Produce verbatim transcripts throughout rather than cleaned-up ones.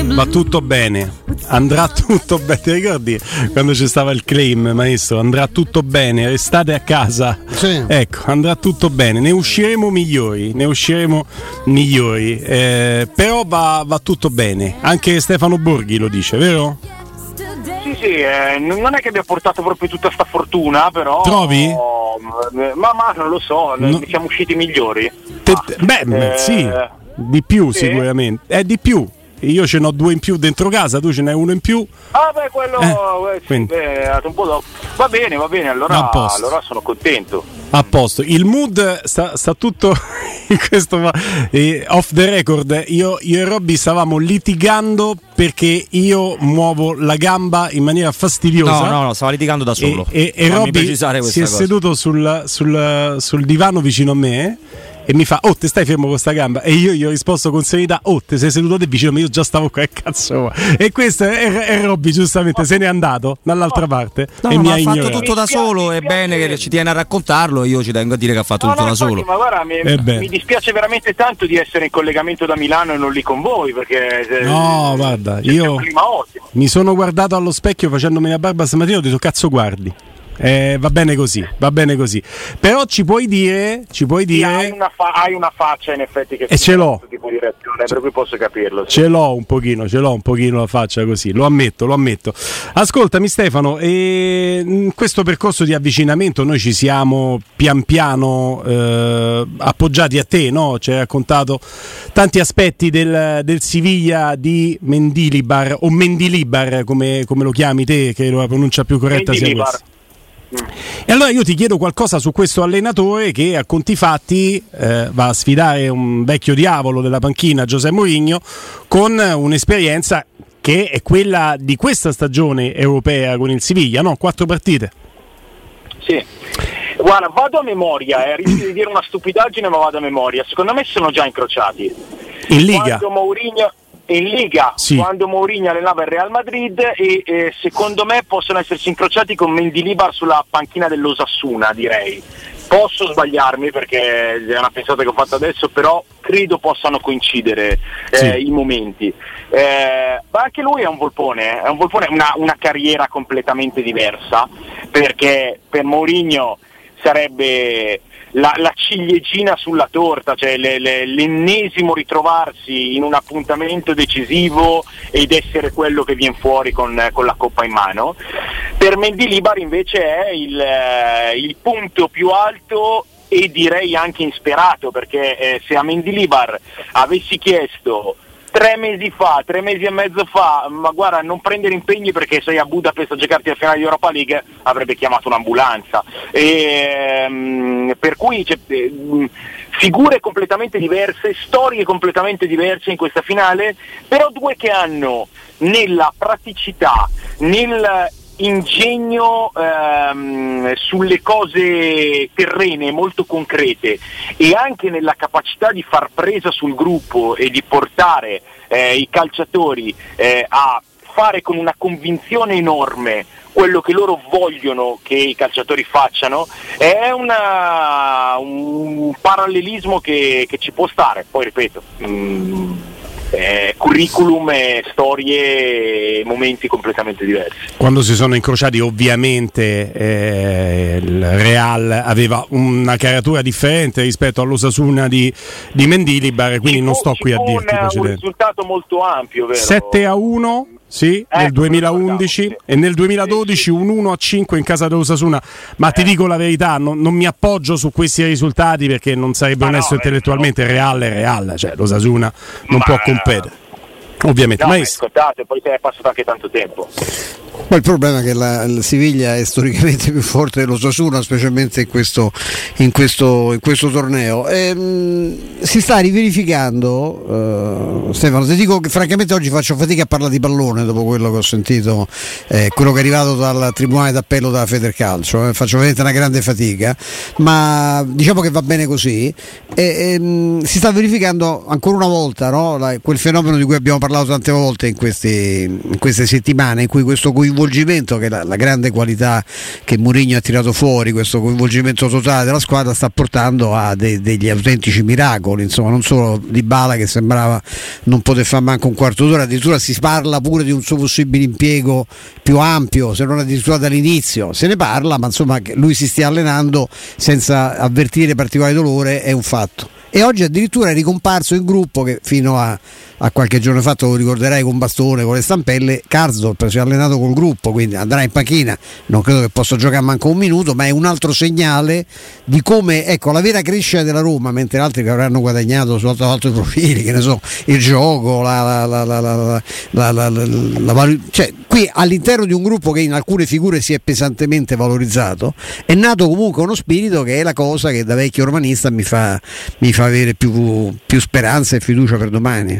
va tutto bene, andrà tutto bene. Ti ricordi quando c'è stava il claim, maestro? Andrà tutto bene, restate a casa. Sì. Ecco, andrà tutto bene, ne usciremo migliori, ne usciremo migliori. Eh, però va, va tutto bene. Anche Stefano Borghi lo dice, vero? Sì, sì, eh, non è che abbia portato proprio tutta sta fortuna, però. Trovi? Ma, ma non lo so, No. siamo usciti migliori. Te, Ah, beh, eh, sì, di più sì? sicuramente. È di più. Io ce n'ho due in più dentro casa, tu ce n'hai uno in più. Ah beh, quello Eh, eh, sì, quindi. beh, è andato un po' dopo. Va bene, va bene, A allora, posto. allora sono contento. A posto, il mood sta, sta tutto in questo eh, off the record. Io, io e Robby stavamo litigando perché io muovo la gamba in maniera fastidiosa. No, no, no, stava litigando da solo. E, e, e Fammi Robby precisare si questa è cosa. seduto sul, sul, sul divano vicino a me e mi fa: oh, te stai fermo con sta gamba? E io gli ho risposto con serenità: oh, te sei seduto te vicino a me, io già stavo qua, e cazzo. E questo è, è Robby, giustamente se n'è andato dall'altra parte No, e no, mi ma ha ha fatto ignorato. tutto da solo, è bene che ci tiene a raccontarlo e io ci tengo a dire che ha fatto No, tutto no, da infatti, solo. ma guarda, mi, Eh beh. mi dispiace veramente tanto di essere in collegamento da Milano e non lì con voi, perché eh, No, guarda, c'è io un clima ottimo. mi sono guardato allo specchio facendomi la barba stamattina e ho detto: cazzo guardi. Eh, va bene così, va bene così. Però ci puoi dire, ci puoi Sì, hai, dire, una fa- hai una faccia in effetti che E ce l'ho. questo tipo di reazione, per cui posso capirlo. Sì. ce l'ho un pochino, ce l'ho un pochino la faccia così, lo ammetto, lo ammetto. Ascoltami Stefano, e in questo percorso di avvicinamento noi ci siamo pian piano eh, appoggiati a te, no? Ci hai raccontato tanti aspetti del, del Siviglia di Mendilibar, o Mendilibar come, come lo chiami te, che la pronuncia più corretta sia Mendilibar. questa. E allora io ti chiedo qualcosa su questo allenatore che a conti fatti eh, va a sfidare un vecchio diavolo della panchina, José Mourinho, con un'esperienza che è quella di questa stagione europea con il Siviglia, no? Quattro partite. Sì. Guarda, vado a memoria, eh, rischio di dire una stupidaggine, ma vado a memoria. Secondo me sono già incrociati. In Liga. Quando Mourinho in Liga, Sì. quando Mourinho allenava il Real Madrid e eh, secondo me possono essersi incrociati con Mendilibar sulla panchina dell'Osasuna, direi. Posso sbagliarmi perché è una pensata che ho fatto adesso, però credo possano coincidere eh, Sì. i momenti. Eh, ma anche lui è un volpone, è un volpone, una, una carriera completamente diversa, perché per Mourinho sarebbe la, la ciliegina sulla torta, cioè le, le, l'ennesimo ritrovarsi in un appuntamento decisivo ed essere quello che viene fuori con, con la coppa in mano. Per Mendilibar invece è il, eh, il punto più alto e direi anche insperato, perché eh, se a Mendilibar avessi chiesto tre mesi fa, tre mesi e mezzo fa, ma guarda, non prendere impegni perché sei a Budapest a giocarti la finale di Europa League, avrebbe chiamato un'ambulanza. E, um, per cui c'è, um, figure completamente diverse, storie completamente diverse in questa finale, però due che hanno nella praticità, nel ingegno ehm, sulle cose terrene molto concrete e anche nella capacità di far presa sul gruppo e di portare eh, i calciatori eh, a fare con una convinzione enorme quello che loro vogliono che i calciatori facciano, è una, un parallelismo che, che ci può stare. Poi ripeto, mh, Eh, curriculum, e storie e momenti completamente diversi. Quando si sono incrociati ovviamente eh, il Real aveva una caratura differente rispetto all'Osasuna di, di Mendilibar, quindi Ci non fu- sto ci qui a fu dirti un, un precedente. risultato molto ampio, vero? sette a uno sì, Ecco, nel duemilaundici ricordavo, sì. e nel duemiladodici Sì, sì. un uno a cinque in casa dell'Osasuna, ma ti Eh. dico la verità, non, non mi appoggio su questi risultati perché non sarebbe Ma no, onesto eh, intellettualmente. no. Real è Real, cioè l'Osasuna non Ma- può competere, ovviamente. No, ma Maestro, ascoltate, poi è passato anche tanto tempo. Ma il problema è che la, il Siviglia è storicamente più forte dell'Osasuna, specialmente in questo, in questo, in questo torneo. E, mh, si sta riverificando, uh, Stefano, ti dico che francamente oggi faccio fatica a parlare di pallone dopo quello che ho sentito, eh, quello che è arrivato dal Tribunale d'Appello della Federcalcio, eh, faccio veramente una grande fatica, ma diciamo che va bene così. E, e, mh, si sta verificando ancora una volta, no? La, quel fenomeno di cui abbiamo parlato tante volte in, questi, in queste settimane, in cui questo coinvolgimento coinvolgimento, che è la, la grande qualità che Mourinho ha tirato fuori, questo coinvolgimento totale della squadra sta portando a de, degli autentici miracoli, insomma, non solo Dybala che sembrava non poter fare manco un quarto d'ora, addirittura si parla pure di un suo possibile impiego più ampio, se non addirittura dall'inizio se ne parla, ma insomma che lui si stia allenando senza avvertire particolare dolore è un fatto. E oggi addirittura è ricomparso il gruppo che fino a, a qualche giorno fa, te lo ricorderai, con bastone, con le stampelle, Karsdorp si è allenato col gruppo, quindi andrà in panchina, non credo che possa giocare manco un minuto, ma è un altro segnale di come, ecco, la vera crescita della Roma, mentre altri che avranno guadagnato su altri, altri profili, che ne so, il gioco, la, la, la, la, la, la, la, la, cioè qui all'interno di un gruppo che in alcune figure si è pesantemente valorizzato, è nato comunque uno spirito che è la cosa che da vecchio romanista mi fa, mi fa avere più, più speranza e fiducia per domani.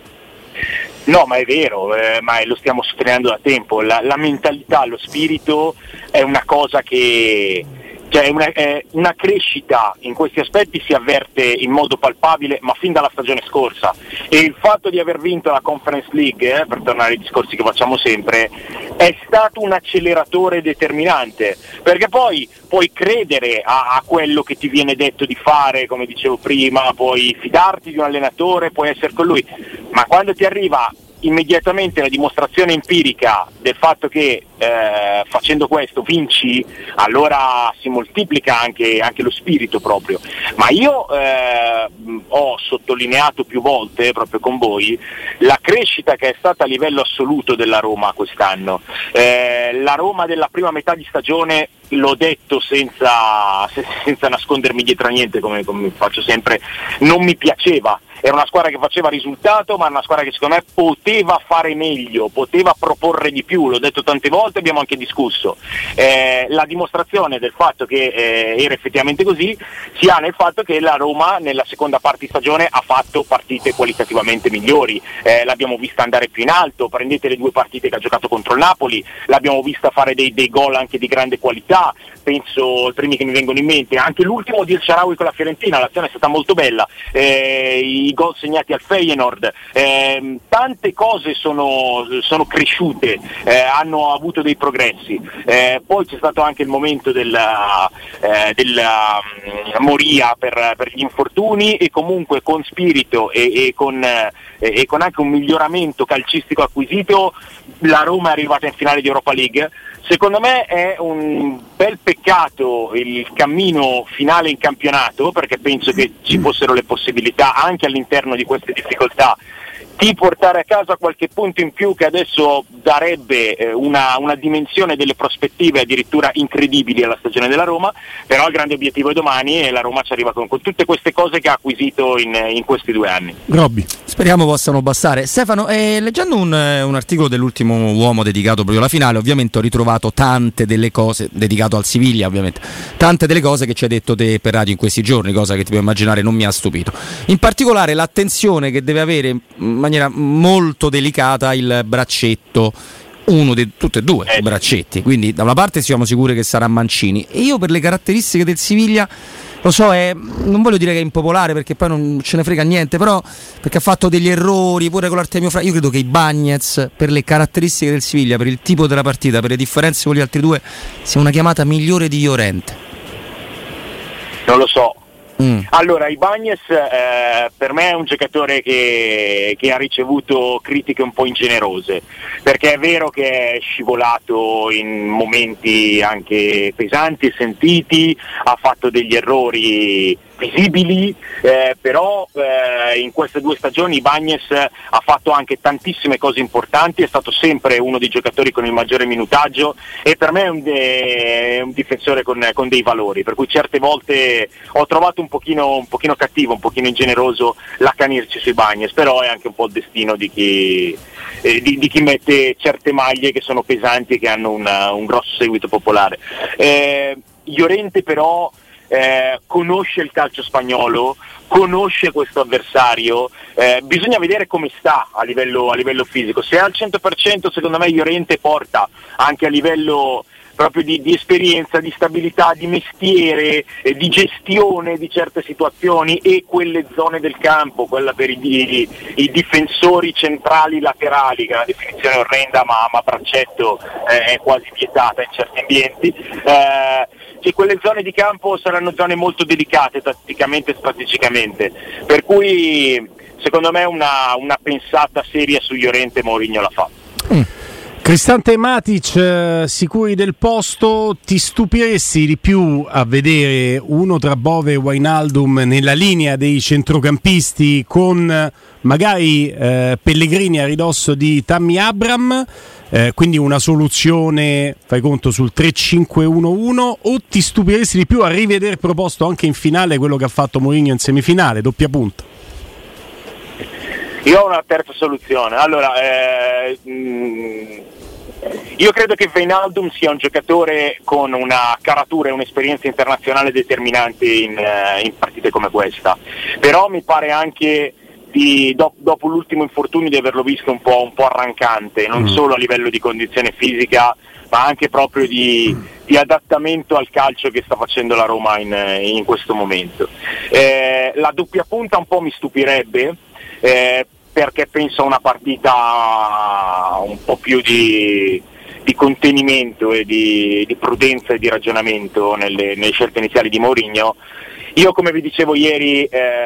No, ma è vero, eh, ma lo stiamo sottolineando da tempo, la, la mentalità, lo spirito è una cosa che, cioè una, è una crescita in questi aspetti si avverte in modo palpabile, ma fin dalla stagione scorsa, e il fatto di aver vinto la Conference League, eh, per tornare ai discorsi che facciamo sempre, è stato un acceleratore determinante, perché poi puoi credere a, a quello che ti viene detto di fare, come dicevo prima, puoi fidarti di un allenatore, puoi essere con lui, ma quando ti arriva immediatamente la dimostrazione empirica del fatto che eh, facendo questo vinci, allora si moltiplica anche, anche lo spirito proprio. Ma io eh, ho sottolineato più volte proprio con voi la crescita che è stata a livello assoluto della Roma quest'anno. Eh, la Roma della prima metà di stagione, l'ho detto senza, senza nascondermi dietro a niente, come, come faccio sempre, non mi piaceva. Era una squadra che faceva risultato, ma una squadra che secondo me poteva fare meglio, poteva proporre di più, l'ho detto tante volte, abbiamo anche discusso. Eh, la dimostrazione del fatto che eh, era effettivamente così si ha nel fatto che la Roma nella seconda parte di stagione ha fatto partite qualitativamente migliori, eh, l'abbiamo vista andare più in alto, prendete le due partite che ha giocato contro il Napoli, l'abbiamo vista fare dei, dei gol anche di grande qualità, penso, i primi che mi vengono in mente, anche l'ultimo di El Shaarawy con la Fiorentina, l'azione è stata molto bella, eh, i gol segnati al Feyenoord, eh, tante cose sono, sono cresciute, eh, hanno avuto dei progressi, eh, poi c'è stato anche il momento della, eh, della um, moria per, per gli infortuni, e comunque con spirito e, e, con, eh, e con anche un miglioramento calcistico acquisito la Roma è arrivata in finale di Europa League. Secondo me è un bel peccato il cammino finale in campionato, perché penso che ci fossero le possibilità anche all'interno di queste difficoltà di portare a casa qualche punto in più che adesso darebbe eh, una, una dimensione delle prospettive addirittura incredibili alla stagione della Roma, però il grande obiettivo è domani e la Roma ci arriva con, con tutte queste cose che ha acquisito in, in questi due anni. Robby. Speriamo possano bastare. Stefano, eh, leggendo un, un articolo dell'ultimo uomo dedicato proprio alla finale, ovviamente ho ritrovato tante delle cose, dedicato al Siviglia ovviamente, tante delle cose che ci hai detto te per radio in questi giorni, cosa che ti puoi immaginare non mi ha stupito. In particolare l'attenzione che deve avere in maniera molto delicata il braccetto, uno di tutti e due i braccetti, quindi da una parte siamo sicuri che sarà Mancini, e io per le caratteristiche del Siviglia, lo so, è, non voglio dire che è impopolare perché poi non ce ne frega niente, però perché ha fatto degli errori pure con l'Artemio Fra, io credo che i Bagnez, per le caratteristiche del Siviglia, per il tipo della partita, per le differenze con gli altri due, sia una chiamata migliore di Llorente. Non lo so. Mm. Allora, Ibañez eh, per me è un giocatore che, che ha ricevuto critiche un po' ingenerose, perché è vero che è scivolato in momenti anche pesanti e sentiti, ha fatto degli errori visibili, eh, però eh, in queste due stagioni Ibañez ha fatto anche tantissime cose importanti, è stato sempre uno dei giocatori con il maggiore minutaggio e per me è un, de- un difensore con, con dei valori, per cui certe volte ho trovato un pochino, un pochino cattivo, un pochino ingeneroso l'accanirci su Ibañez, però è anche un po' il destino di chi, eh, di, di chi mette certe maglie che sono pesanti e che hanno una, un grosso seguito popolare. Eh, Llorente però Eh, conosce il calcio spagnolo, conosce questo avversario, eh, bisogna vedere come sta a livello, a livello fisico. Se è al cento per cento secondo me Llorente porta anche a livello proprio di, di esperienza, di stabilità, di mestiere, eh, di gestione di certe situazioni, e quelle zone del campo, quella per i, i, i difensori centrali laterali, che è una definizione orrenda ma, ma braccetto eh, è quasi vietata in certi ambienti, eh, che quelle zone di campo saranno zone molto delicate tatticamente e strategicamente, per cui secondo me una, una pensata seria su Llorente Mourinho la fa. Mm. Cristante e Matic, eh, sicuri del posto, ti stupiresti di più a vedere uno tra Bove e Wijnaldum nella linea dei centrocampisti con magari eh, Pellegrini a ridosso di Tammy Abraham, eh, quindi una soluzione, fai conto, sul tre cinque uno uno, o ti stupiresti di più a rivedere proposto anche in finale quello che ha fatto Mourinho in semifinale, doppia punta? Io ho una terza soluzione. Allora, eh, mh, io credo che Wijnaldum sia un giocatore con una caratura e un'esperienza internazionale determinante in, eh, in partite come questa, però mi pare anche di, do, dopo l'ultimo infortunio di averlo visto un po', un po' arrancante, non mm. solo a livello di condizione fisica ma anche proprio di, di adattamento al calcio che sta facendo la Roma in, in questo momento. Eh, la doppia punta un po' mi stupirebbe, eh, perché penso a una partita un po' più di, di contenimento e di, di prudenza e di ragionamento nelle, nelle scelte iniziali di Mourinho. Io, come vi dicevo ieri,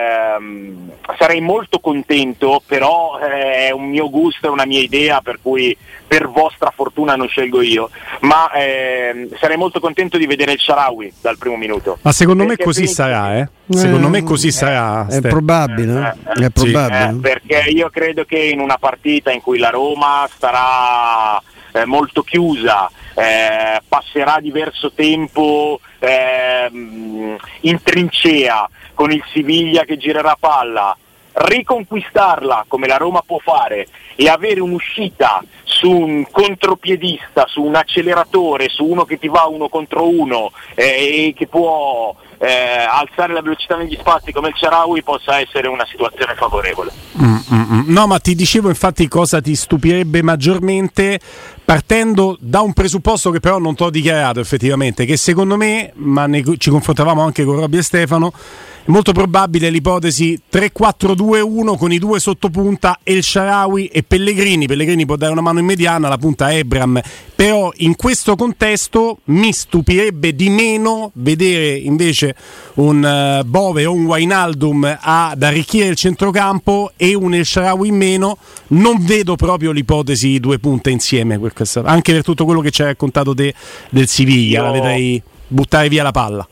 ehm, sarei molto contento, però eh, è un mio gusto, è una mia idea, per cui per vostra fortuna non scelgo io, ma ehm, sarei molto contento di vedere il Shaarawy dal primo minuto. Ma secondo me così penso... sarà, eh? Secondo eh, me così sarà. È probabile, eh? È probabile. Eh, perché io credo che in una partita in cui la Roma starà eh, molto chiusa, eh, passerà diverso tempo eh, in trincea con il Siviglia che girerà palla, riconquistarla come la Roma può fare e avere un'uscita su un contropiedista, su un acceleratore, su uno che ti va uno contro uno eh, e che può eh, alzare la velocità negli spazi come il Shaarawy, possa essere una situazione favorevole. Mm, mm, mm. No, ma ti dicevo infatti cosa ti stupirebbe maggiormente, partendo da un presupposto che però non ti ho dichiarato effettivamente, che secondo me, ma ne, ci confrontavamo anche con Robby e Stefano, è molto probabile l'ipotesi tre quattro due uno con i due sottopunta, El Shaarawy e Pellegrini. Pellegrini può dare una mano in mediana, la punta Ebram, però in questo contesto mi stupirebbe di meno vedere invece un uh, Bove o un Wijnaldum ad arricchire il centrocampo e un El Shaarawy in meno. Non vedo proprio l'ipotesi due punte insieme, anche per tutto quello che ci hai raccontato te del Siviglia. Io... la vedrei buttare via la palla.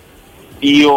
Io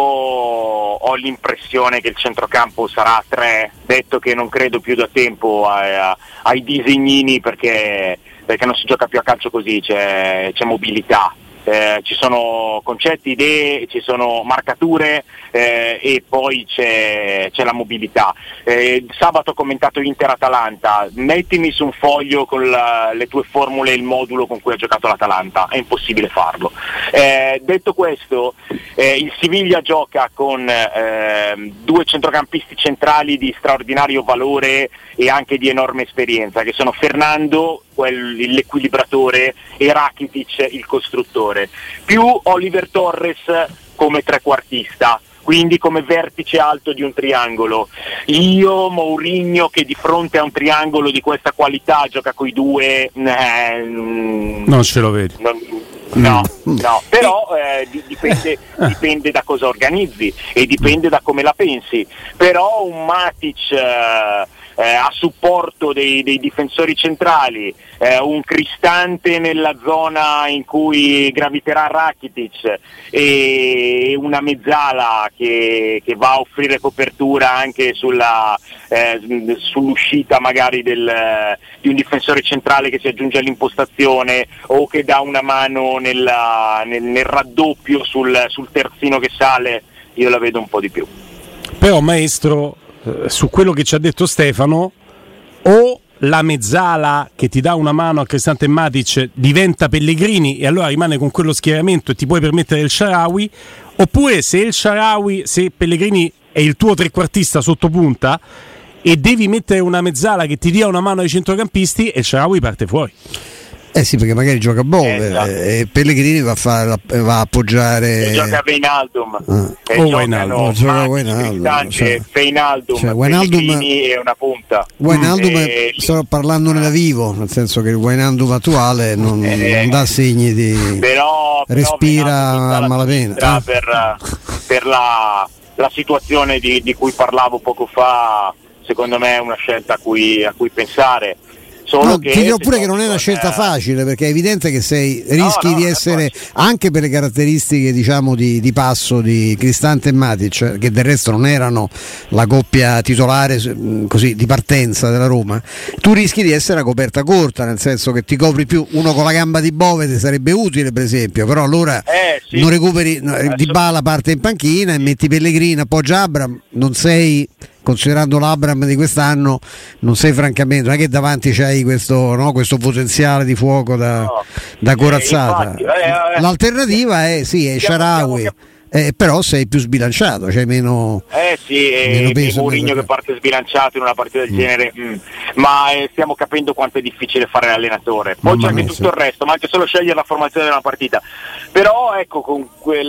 ho l'impressione che il centrocampo sarà a tre, detto che non credo più da tempo ai, ai disegnini, perché, perché non si gioca più a calcio così, c'è, c'è mobilità. Eh, ci sono concetti, idee, ci sono marcature eh, e poi c'è, c'è la mobilità. Eh, sabato ho commentato Inter-Atalanta, mettimi su un foglio con la, le tue formule e il modulo con cui ha giocato l'Atalanta, è impossibile farlo. Eh, detto questo, eh, il Siviglia gioca con eh, due centrocampisti centrali di straordinario valore e anche di enorme esperienza, che sono Fernando, quel, l'equilibratore, e Rakitic, il costruttore, più Oliver Torres come trequartista, quindi come vertice alto di un triangolo. Io, Mourinho, che di fronte a un triangolo di questa qualità gioca coi due, eh, non ce lo vedi. Non, no, no, però eh, dipende, dipende da cosa organizzi e dipende da come la pensi. Però un Matic eh, eh, a supporto dei, dei difensori centrali, eh, un Cristante nella zona in cui graviterà Rakitic e una mezzala che, che va a offrire copertura anche sulla, eh, sull'uscita magari del, di un difensore centrale che si aggiunge all'impostazione o che dà una mano nella, nel, nel raddoppio sul, sul terzino che sale, io la vedo un po' di più. Però maestro, eh, su quello che ci ha detto Stefano, o la mezzala che ti dà una mano a Cristante e Matic diventa Pellegrini e allora rimane con quello schieramento e ti puoi permettere il Shaarawy, oppure se il Shaarawy, se Pellegrini è il tuo trequartista sotto punta e devi mettere una mezzala che ti dia una mano ai centrocampisti, e il Shaarawy parte fuori. Eh sì, perché magari gioca Bove, esatto. eh, e Pellegrini va a, fare, va a appoggiare. E gioca Wijnaldum. Ah. E Oh, giocano Wijnaldum, cioè, Wijnaldum, cioè, Wijnaldum Pellegrini e una punta. Wijnaldum, e... sto parlando nella vivo, nel senso che il Wijnaldum attuale non, eh, non dà segni di però, respira a malapena. Eh. Per, per la, la situazione di, di cui parlavo poco fa, secondo me è una scelta a cui, a cui pensare. Solo No, che ti dirò pure che non è una scelta eh... facile, perché è evidente che sei rischi no, no, di essere, anche per le caratteristiche diciamo di, di passo di Cristante e Matic, che del resto non erano la coppia titolare così di partenza della Roma, tu rischi di essere a coperta corta, nel senso che ti copri più. Uno con la gamba di Bove ti sarebbe utile per esempio, però allora eh, sì. non recuperi, Dybala parte in panchina e metti Pellegrini, appoggia Abraham, non sei, considerando l'Abram di quest'anno, non sei francamente, non è che davanti c'hai questo, no, questo potenziale di fuoco da, no. da corazzata. Eh, infatti, eh, l'alternativa è sì, è Shaarawy, eh, però sei più sbilanciato, c'hai meno eh sì, meno e, peso e Mourinho che parte sbilanciato in una partita del mm. genere, mm. ma eh, stiamo capendo quanto è difficile fare l'allenatore. Poi c'è anche tutto sì. il resto, ma anche solo scegliere la formazione della partita. Però ecco, con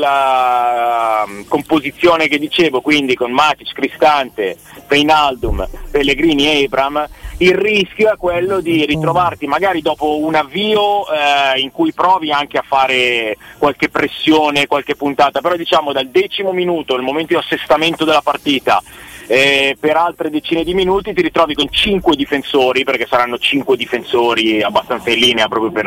quella um, composizione che dicevo, quindi con Matic, Cristante, Wijnaldum, Pellegrini e Abraham, il rischio è quello di ritrovarti magari dopo un avvio eh, in cui provi anche a fare qualche pressione, qualche puntata, però diciamo dal decimo minuto, il momento di assestamento della partita, eh, per altre decine di minuti ti ritrovi con cinque difensori, perché saranno cinque difensori abbastanza in linea proprio per,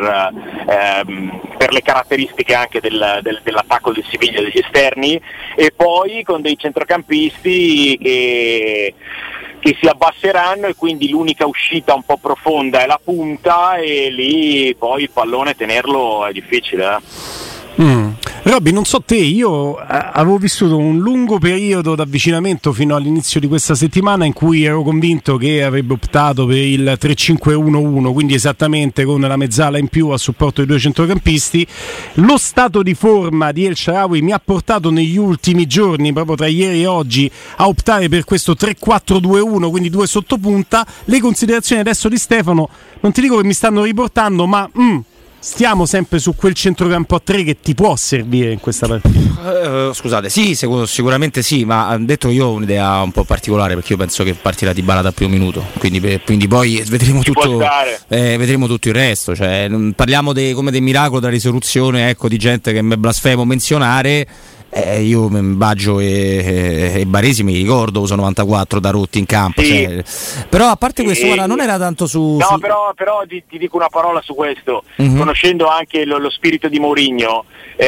ehm, per le caratteristiche anche del, del, dell'attacco del Siviglia, degli esterni, e poi con dei centrocampisti che che si abbasseranno, e quindi l'unica uscita un po' profonda è la punta, e lì poi il pallone tenerlo è difficile. Eh? Mm. Robby, non so te, io avevo vissuto un lungo periodo d'avvicinamento fino all'inizio di questa settimana in cui ero convinto che avrebbe optato per il tre cinque uno uno, quindi esattamente con la mezzala in più a supporto dei due centrocampisti. Lo stato di forma di El Shaarawy mi ha portato negli ultimi giorni, proprio tra ieri e oggi, a optare per questo tre quattro due uno, quindi due sottopunta. Le considerazioni adesso di Stefano non ti dico che mi stanno riportando, ma mm, stiamo sempre su quel centrocampo a tre che ti può servire in questa partita. Uh, scusate, sì, sicur- sicuramente sì, ma detto io ho un'idea un po' particolare, perché io penso che partirà Dybala dal primo minuto, quindi, per, quindi poi vedremo tutto, eh, vedremo tutto il resto. Cioè, parliamo de, come del miracolo della risoluzione, ecco, di gente che è blasfemo menzionare. Eh, io Baggio e, e, e Baresi mi ricordo uso novantaquattro da rotti in campo, sì. Cioè, però a parte questo, guarda, non era tanto su, no su... però, però ti, ti dico una parola su questo, uh-huh. conoscendo anche lo, lo spirito di Mourinho,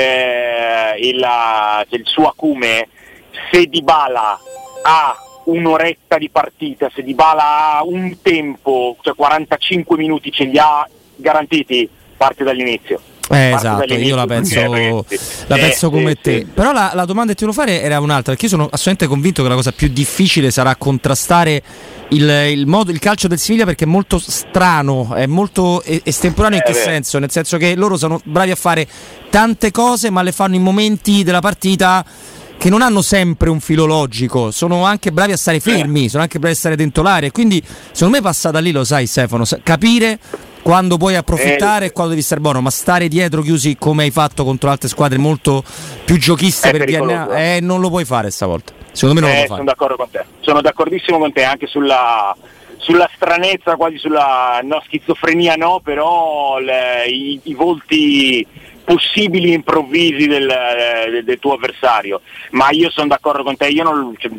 eh, il, il suo acume, se Dybala ha un'oretta di partita, se Dybala ha un tempo, cioè quarantacinque minuti ce li ha garantiti, parte dall'inizio. Eh, esatto, io la penso, perché, la eh, penso come eh, te. Sì. Però la, la domanda che ti volevo fare era un'altra, perché io sono assolutamente convinto che la cosa più difficile sarà contrastare il, il, modo, il calcio del Siviglia, perché è molto strano, è molto estemporaneo. Eh, in che beh. senso? Nel senso che loro sono bravi a fare tante cose, ma le fanno in momenti della partita che non hanno sempre un filo logico, sono anche bravi a stare fermi, eh. sono anche bravi a stare dentro l'area, quindi secondo me passa da lì, lo sai Stefano, capire quando puoi approfittare eh, e quando devi stare buono, ma stare dietro chiusi come hai fatto contro altre squadre molto più giochiste per D N A, eh, non lo puoi fare stavolta. Secondo me non eh, lo puoi fare. Sono d'accordo con te, sono d'accordissimo con te anche sulla, sulla stranezza, quasi sulla no, schizofrenia no, però le, i, i volti possibili improvvisi del, del, del tuo avversario, ma io sono d'accordo con te, io non, cioè,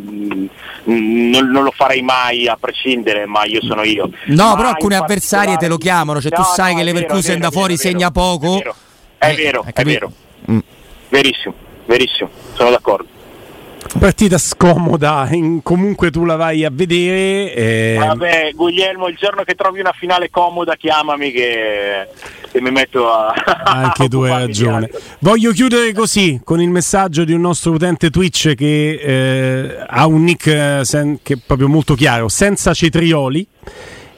non, non lo farei mai a prescindere, ma io sono io. No, ma però alcune avversarie te lo chiamano, cioè no, tu sai no, che Leverkusen da fuori vero, segna poco. È vero, è vero, è vero. Mm. Verissimo, verissimo, sono d'accordo. Partita scomoda, in, comunque tu la vai a vedere. Eh... Vabbè, Guglielmo, il giorno che trovi una finale comoda chiamami che, che mi metto a... Anche tu hai ragione. Voglio chiudere così, con il messaggio di un nostro utente Twitch che eh, ha un nick eh, sen- che è proprio molto chiaro, senza cetrioli.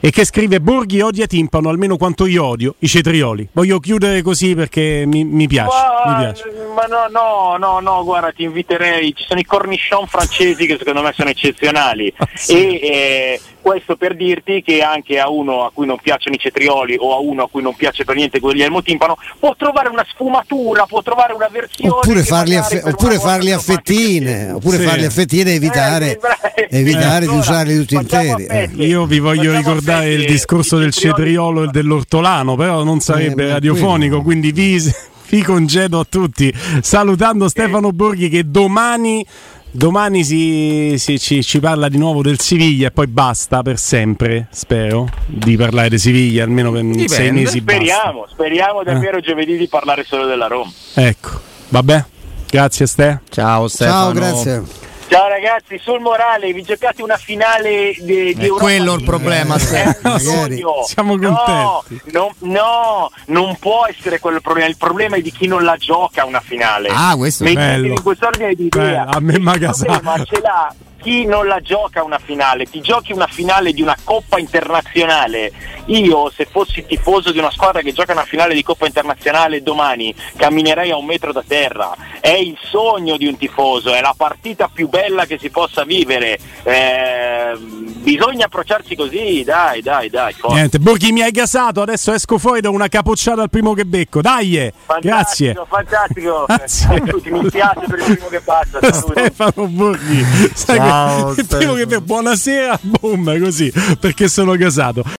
e che scrive: Borghi odia Timpano almeno quanto io odio i cetrioli. Voglio chiudere così perché mi, mi piace, ma, mi piace. Ma no, no, no, no, guarda, ti inviterei, ci sono i cornichon francesi che secondo me sono eccezionali. Ah, sì. E eh, questo per dirti che anche a uno a cui non piacciono i cetrioli o a uno a cui non piace per niente Guglielmo Timpano può trovare una sfumatura, può trovare una versione, oppure farli a, fe- oppure farli a fettine, oppure sì. farli a fettine e evitare, eh, evitare eh, di usarli tutti interi. Eh. Io vi voglio ricordare il discorso del cetriolo e dell'ortolano, però non sarebbe eh, radiofonico, quindi vi, vi congedo a tutti, salutando Stefano Borghi che domani Domani si, si, ci, ci parla di nuovo del Siviglia e poi basta per sempre, spero, di parlare di Siviglia, almeno per Dipende. sei mesi Speriamo, basta. speriamo davvero eh. giovedì di parlare solo della Roma. Ecco, vabbè, grazie Ste. Ciao Stefano. Ciao, grazie. Ciao ragazzi, sul morale, vi giocate una finale di, di Europa. Quello il problema, eh, siamo contenti. No, no, no, non può essere quello il problema. Il problema è di chi non la gioca una finale. Ah, questo è bello. In quest'ordine di idea. A me magasa. Ma ce l'ha chi non la gioca una finale. Ti giochi una finale di una Coppa internazionale. Io, se fossi tifoso di una squadra che gioca una finale di Coppa internazionale domani, camminerei a un metro da terra. È il sogno di un tifoso, è la partita più bella che si possa vivere. Eh, bisogna approcciarsi così, dai, dai, dai. Forza. Niente, Borghi mi hai gasato, adesso esco fuori da una capocciata al primo che becco. Dai, grazie. Fantastico, grazie. Mi piace per il primo che passa. Stefano Borghi, sai Ciao, che il primo che becco, buonasera, boom, così, perché sono gasato.